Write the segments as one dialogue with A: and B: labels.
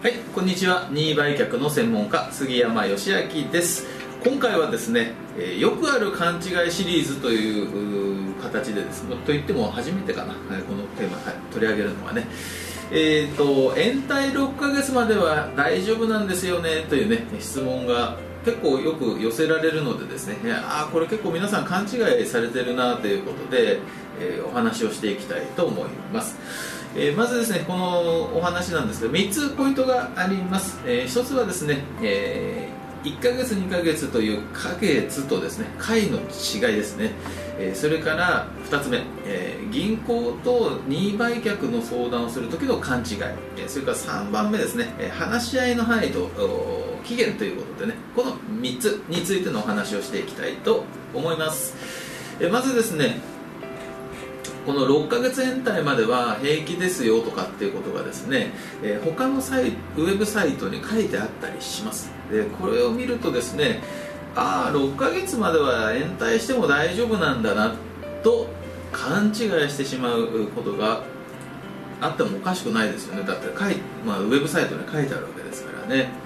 A: はい、こんにちは。任意売却の専門家杉山義明です。今回はですね、よくある勘違いシリーズという形でですね、と言っても初めてかな、このテーマ、取り上げるのはね、延滞6ヶ月までは大丈夫なんですよねというね質問が結構よく寄せられるのでですね、これ結構皆さん勘違いされてるなということで、お話をしていきたいと思います。まずですね、このお話なんですけど3つポイントがあります。1つはですね、1ヶ月2ヶ月というヶ月とですね回の違いですね。それから2つ目、銀行と任意売却の相談をする時の勘違い、それから3番目ですね、話し合いの範囲と期限ということでね、この3つについてのお話をしていきたいと思います。まずですね、この6ヶ月延滞までは平気ですよとかっていうことがですね、他のウェブサイトに書いてあったりします。でこれを見るとですね、6ヶ月までは延滞しても大丈夫なんだなと勘違いしてしまうことがあってもおかしくないですよね。だってウェブサイトに書いてあるわけですからね。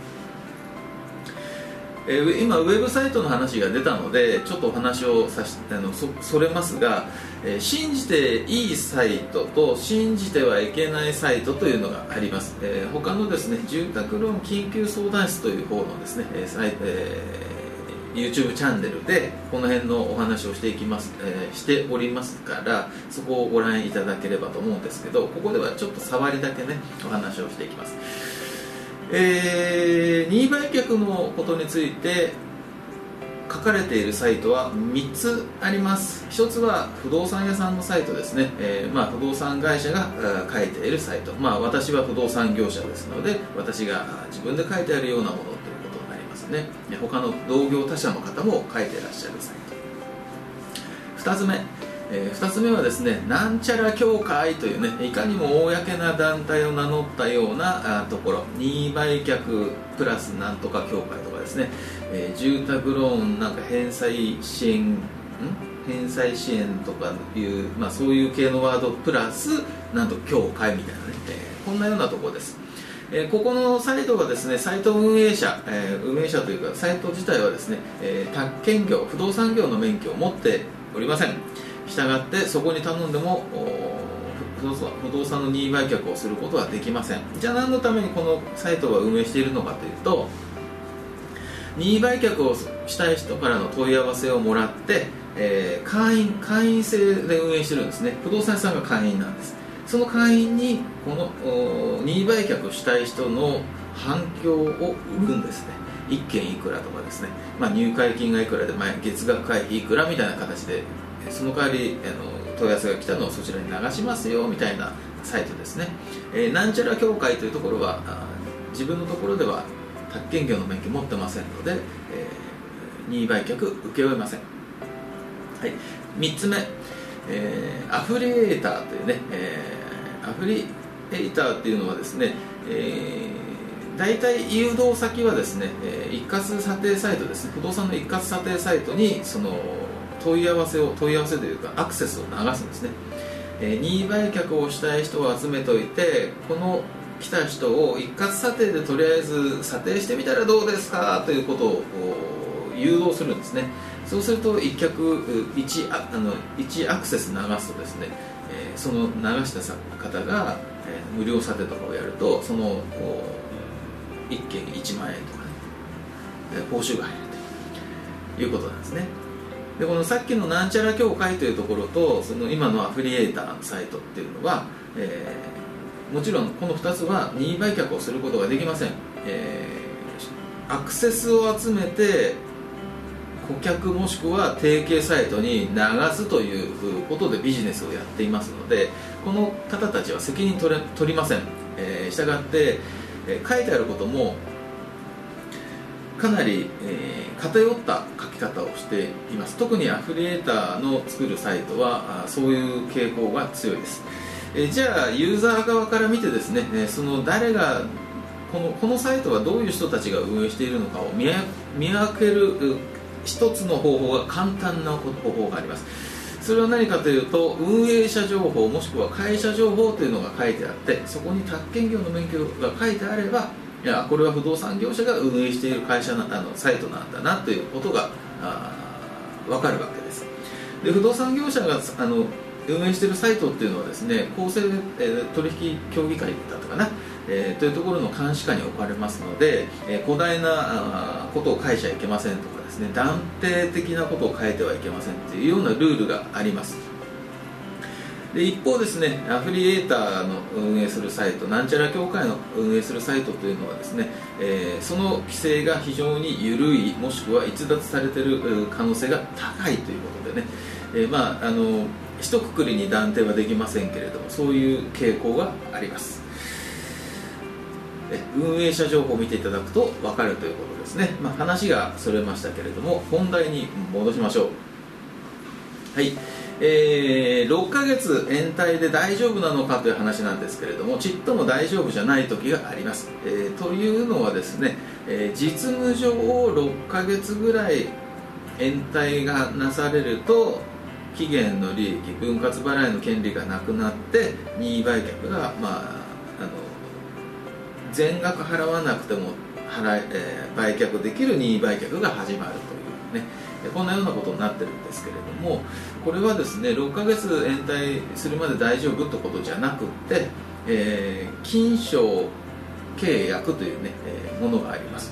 A: 今ウェブサイトの話が出たのでちょっとお話をそれますが、信じていいサイトと信じてはいけないサイトというのがあります。他のですね、住宅ローン緊急相談室という方のですね、YouTube チャンネルでこの辺のお話をしておりますから、そこをご覧いただければと思うんですけど、ここではちょっと触りだけねお話をしていきます。任意売却のことについて書かれているサイトは3つあります。1つは不動産屋さんのサイトですね。不動産会社が書いているサイト、私は不動産業者ですので私が自分で書いてあるようなものということになりますね。他の同業他社の方も書いていらっしゃるサイト。2つ目はですね、なんちゃら協会というね、いかにも公な団体を名乗ったようなところ、任意売却プラスなんとか協会とかですね、住宅ローンなんか返済支援とかいう、そういう系のワードプラスなんと協会みたいなね、こんなようなところです。ここのサイトはですね、サイト運営者というかサイト自体はですね、宅建業、不動産業の免許を持っておりません。したがってそこに頼んでも不動産の任意売却をすることはできません。じゃあ何のためにこのサイトは運営しているのかというと、任意売却をしたい人からの問い合わせをもらって、会員制で運営してるんですね。不動産屋さんが会員なんです。その会員にこの任意売却をしたい人の反響を売るんですね。1件いくらとかですね、入会金がいくらで月額会費いくらみたいな形で、その代わり問い合わせが来たのをそちらに流しますよみたいなサイトですね。なんちゃら協会というところは自分のところでは宅建業の免許持ってませんので、任意売却請け負えません。はい、3つ目、アフリエーターというね、アフリエーターっていうのはですね、大体誘導先はですね、一括査定サイトですね、不動産の一括査定サイトにその問い合わせというかアクセスを流すんですね。任意売却をしたい人を集めといて、この来た人を一括査定でとりあえず査定してみたらどうですかということを誘導するんですね。そうすると1アクセス流すとですね、その流した方が無料査定とかをやると、その1件1万円とかね、報酬が入るということなんですね。でこのさっきのなんちゃら協会というところとその今のアフリエーターのサイトっていうのは、もちろんこの2つは任意売却をすることができません。アクセスを集めて顧客もしくは提携サイトに流すということでビジネスをやっていますので、この方たちは責任取りません。したがって、書いてあることもかなり、偏った書き方をしています。特にアフリエーターの作るサイトはそういう傾向が強いです。じゃあユーザー側から見てですね、その誰がこのサイトはどういう人たちが運営しているのかを見分ける一つの方法が簡単な方法があります。それは何かというと、運営者情報もしくは会社情報というのが書いてあって、そこに宅建業の免許が書いてあればいやこれは不動産業者が運営している会社サイトなんだなということが分かるわけです。で不動産業者が運営しているサイトっていうのはですね、公正、取引協議会だったかな、というところの監視下に置かれますので、誇大なことを書いちゃいけませんとかですね、断定的なことを書いてはいけませんというようなルールがあります。で一方ですね、アフリエーターの運営するサイト、なんちゃら協会の運営するサイトというのはですね、その規制が非常に緩い、もしくは逸脱されている可能性が高いということでね、一括りに断定はできませんけれども、そういう傾向があります。運営者情報を見ていただくと分かるということですね。話がそれましたけれども、本題に戻しましょう。はい、6ヶ月延滞で大丈夫なのかという話なんですけれども、ちっとも大丈夫じゃない時があります。というのはですね、実務上6ヶ月ぐらい延滞がなされると、期限の利益、分割払いの権利がなくなって任意売却が、全額払わなくても売却できる任意売却が始まるというね、こんなようなことになってるんですけれども、これはですね、6ヶ月延滞するまで大丈夫ってことじゃなくって、金商契約というね、ものがあります。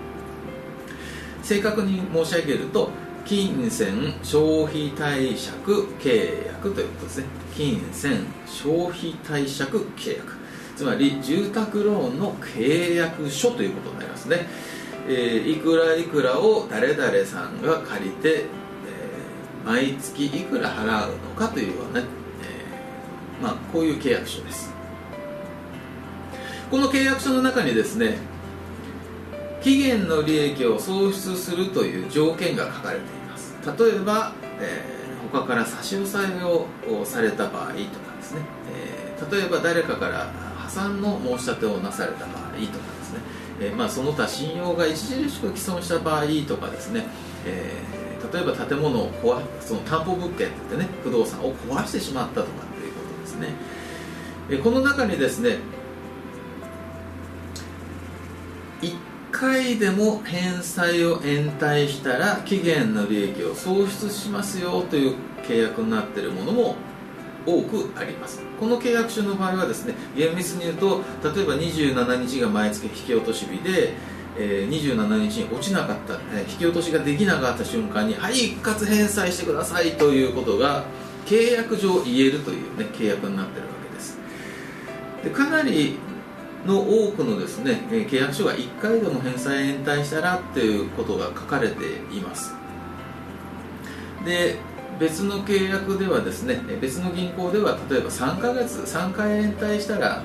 A: 正確に申し上げると、金銭消費貸借契約ということですね。金銭消費貸借契約、つまり住宅ローンの契約書ということになりますね。いくらいくらを誰々さんが借りて、毎月いくら払うのかというような、こういう契約書です。この契約書の中にですね、期限の利益を創出するという条件が書かれています。例えば、他から差し押さえをされた場合とかですね、例えば誰かから破産の申し立てをなされた場合とかですね、その他信用が著しく毀損した場合とかですね、例えば建物をその担保物件って言ってね、不動産を壊してしまったとかっていうことですね。この中にですね、1回でも返済を延滞したら期限の利益を創出しますよという契約になっているものも多くあります。この契約書の場合はですね、厳密に言うと、例えば27日が毎月引き落とし日で、27日に落ちなかった、引き落としができなかった瞬間に、はい、一括返済してくださいということが契約上言えるという、ね、契約になっているわけです。でかなりの多くのですね、契約書が1回でも返済延滞したらということが書かれています。で別の契約ではですね、別の銀行では例えば3ヶ月3回延滞したら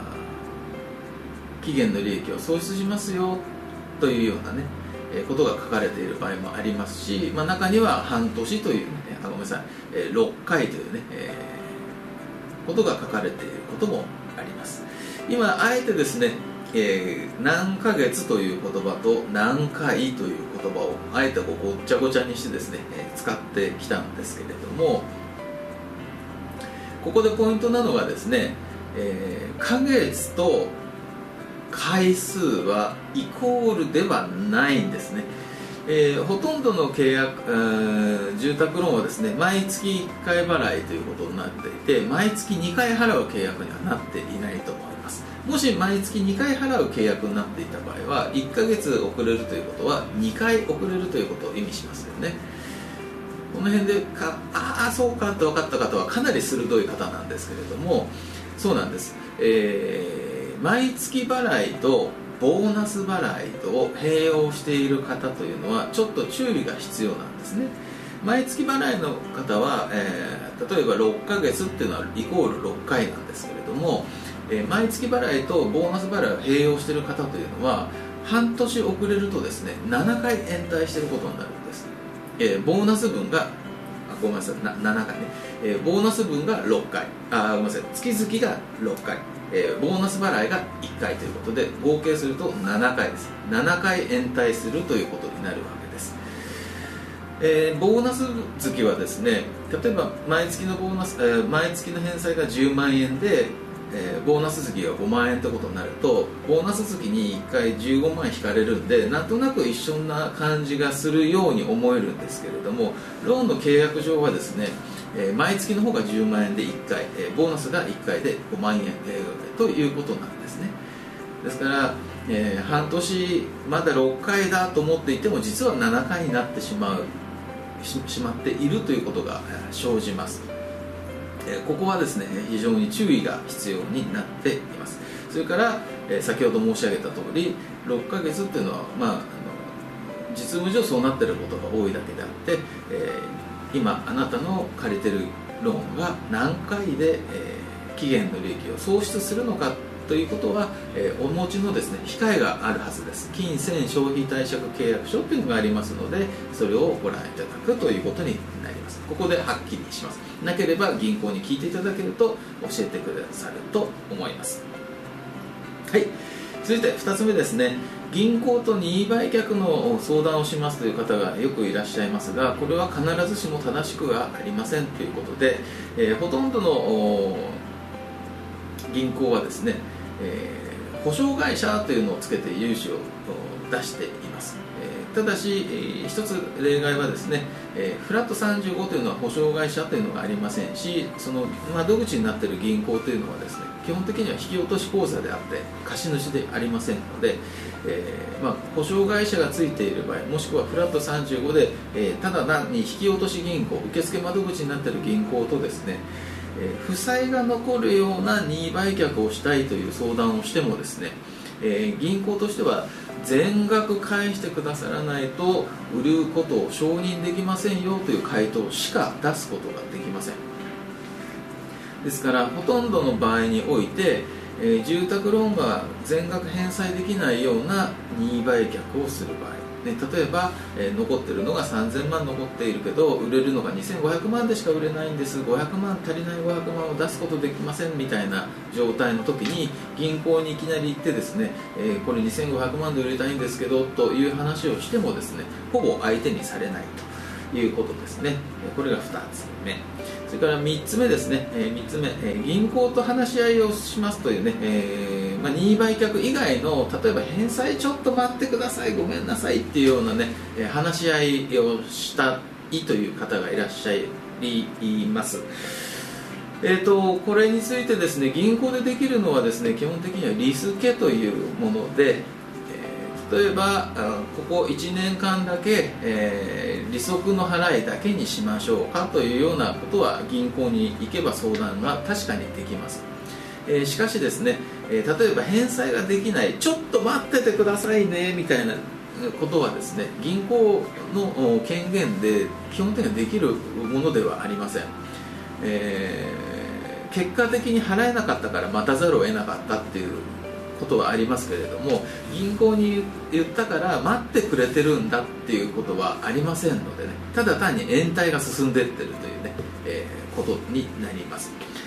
A: 期限の利益を創出しますよというようなね、ことが書かれている場合もありますし、中には半年という、ね、ごめんなさい、6回というね、ことが書かれていることもあります。今あえてですね、何ヶ月という言葉と何回という言葉をあえてごっちゃごちゃにしてですね、使ってきたんですけれども、ここでポイントなのがですね、ヶ月と回数はイコールではないんですね。ほとんどの契約、住宅ローンはですね、毎月1回払いということになっていて、毎月2回払う契約にはなっていないと思います。もし毎月2回払う契約になっていた場合は、1ヶ月遅れるということは2回遅れるということを意味しますよね。この辺でそうかって分かった方はかなり鋭い方なんですけれども、そうなんです。毎月払いとボーナス払いを併用している方というのはちょっと注意が必要なんですね。毎月払いの方は、例えば6ヶ月っていうのはイコール6回なんですけれども、毎月払いとボーナス払いを併用している方というのは半年遅れるとですね、7回延滞していることになるんです。ボーナス分がごめんなさい、7回ね、ボーナス分が6回、ごめんなさい、月々が6回、ボーナス払いが1回ということで合計すると7回です。7回延滞するということになるわけです。ボーナス月はですね、例えば毎月のボーナス、毎月の返済が10万円で、 ボーナス月が5万円ってことになると、ボーナス月に1回15万円引かれるんで、なんとなく一緒な感じがするように思えるんですけれども、ローンの契約上はですね、毎月の方が10万円で1回、ボーナスが1回で5万円、ということなんですね。ですから、半年まだ6回だと思っていても、実は7回になってしまっているということが生じます。ここはですね、非常に注意が必要になっています。それから、先ほど申し上げた通り、6ヶ月っていうのは、実務上そうなっていることが多いだけであって、今あなたの借りてるローンが何回で、期限の利益を喪失するのかということは、お持ちのですね、控えがあるはずです。金銭消費貸借契約書というのがありますので、それをご覧いただくということになります。ここではっきりします。なければ銀行に聞いていただけると教えてくださると思います。はい、続いて2つ目ですね。銀行と任意売却の相談をしますという方がよくいらっしゃいますが、これは必ずしも正しくはありませんということで、ほとんどの銀行はですね、保証会社というのをつけて融資を出しています。ただし、一つ例外はですね、フラット35というのは保証会社というのがありませんし、その窓口になっている銀行というのはですね、基本的には引き落とし口座であって貸主でありませんので、保証会社がついている場合、もしくはフラット35で、ただ単に引き落とし銀行、受付窓口になっている銀行とですね、負債が残るような任意売却をしたいという相談をしてもですね、銀行としては全額返してくださらないと売ることを承認できませんよという回答しか出すことができません。ですからほとんどの場合において、住宅ローンが全額返済できないような任意売却をする場合、例えば、残っているのが3000万残っているけど売れるのが2500万でしか売れないんです、500万足りない500万を出すことできませんみたいな状態の時に銀行にいきなり行ってですね、これ2500万で売りたいんですけどという話をしてもですね、ほぼ相手にされないということですね。これが2つ目。それから3つ目ですね、3つ目、銀行と話し合いをしますというね、任意売却以外の、例えば返済ちょっと待ってください、ごめんなさいっていうようなね、話し合いをしたいという方がいらっしゃいます。これについてですね、銀行でできるのはですね、基本的には利付けというもので、例えばここ1年間だけ、利息の払いだけにしましょうかというようなことは銀行に行けば相談が確かにできます。しかしですね、例えば返済ができない、ちょっと待っててくださいねみたいなことはですね、銀行の権限で基本的にはできるものではありません。結果的に払えなかったから待たざるを得なかったっていうことはありますけれども、銀行に言ったから待ってくれてるんだっていうことはありませんのでね、ただ単に延滞が進んでいってるというね、ことになります。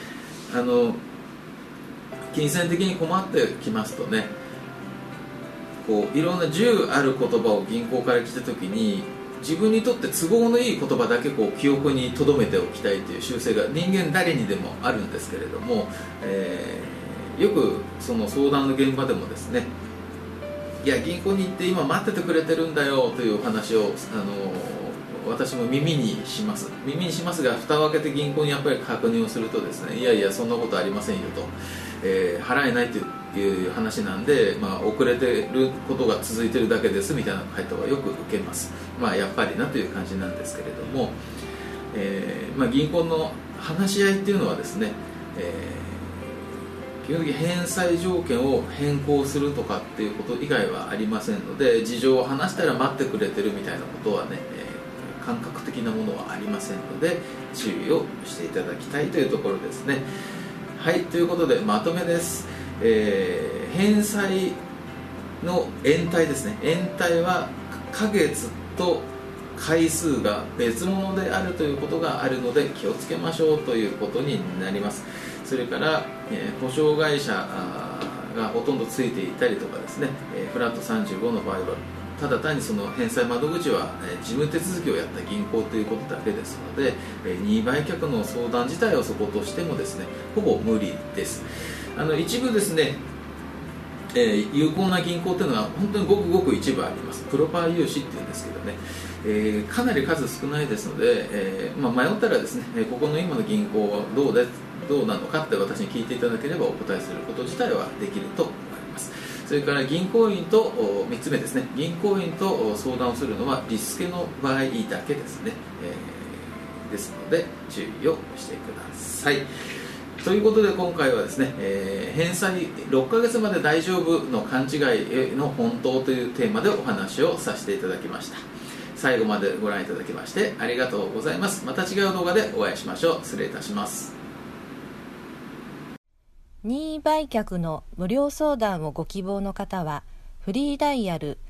A: 金銭的に困ってきますとね、こういろんな10ある言葉を銀行から来た時に、自分にとって都合のいい言葉だけこう記憶に留めておきたいという習性が人間誰にでもあるんですけれども、よくその相談の現場でもですね、いや銀行に行って今待っててくれてるんだよというお話を私も耳にしますが、蓋を開けて銀行にやっぱり確認をするとですね、いやいやそんなことありませんよと、払えないという話なんで、遅れてることが続いてるだけですみたいな回答はよく受けます。やっぱりなという感じなんですけれども、銀行の話し合いっていうのはですね、基本的に返済条件を変更するとかっていうこと以外はありませんので、事情を話したら待ってくれてるみたいなことはね、感覚的なものはありませんので注意をしていただきたいというところですね。はい、ということでまとめです。返済の延滞ですね。延滞はヶ月と回数が別物であるということがあるので気をつけましょうということになります。それから、保証会社がほとんどついていたりとかですね、フラット35の場合はただ単にその返済窓口は事務手続きをやった銀行ということだけですので、任意売却の相談自体をそことしてもですね、ほぼ無理です。 一部ですね、有効な銀行というのは本当にごくごく一部あります。プロパー融資っていうんですけどね、かなり数少ないですので、迷ったらですね、ここの今の銀行はどうなのかって私に聞いていただければお答えすること自体はできると思います。それから銀行員と3つ目ですね、銀行員と相談をするのはリスケの場合だけですね、ですので注意をしてください。ということで今回はですね、返済6ヶ月まで大丈夫の勘違いの本当というテーマでお話をさせていただきました。最後までご覧いただきましてありがとうございます。また違う動画でお会いしましょう。失礼いたします。
B: 任意売却の無料相談をご希望の方はフリーダイヤル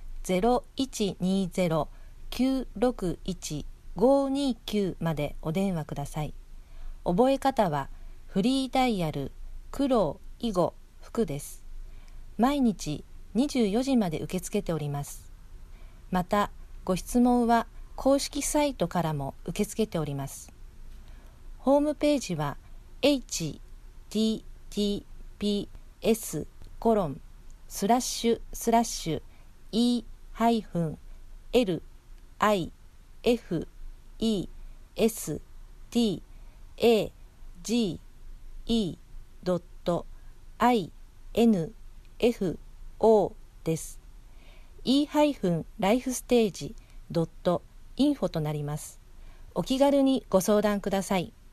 B: 0120-961-529 までお電話ください。覚え方はフリーダイヤル黒囲碁福です。毎日24時まで受け付けております。またご質問は公式サイトからも受け付けております。ホームページは https://e-lifestage.info です。e-lifestage.info となります。お気軽にご相談ください。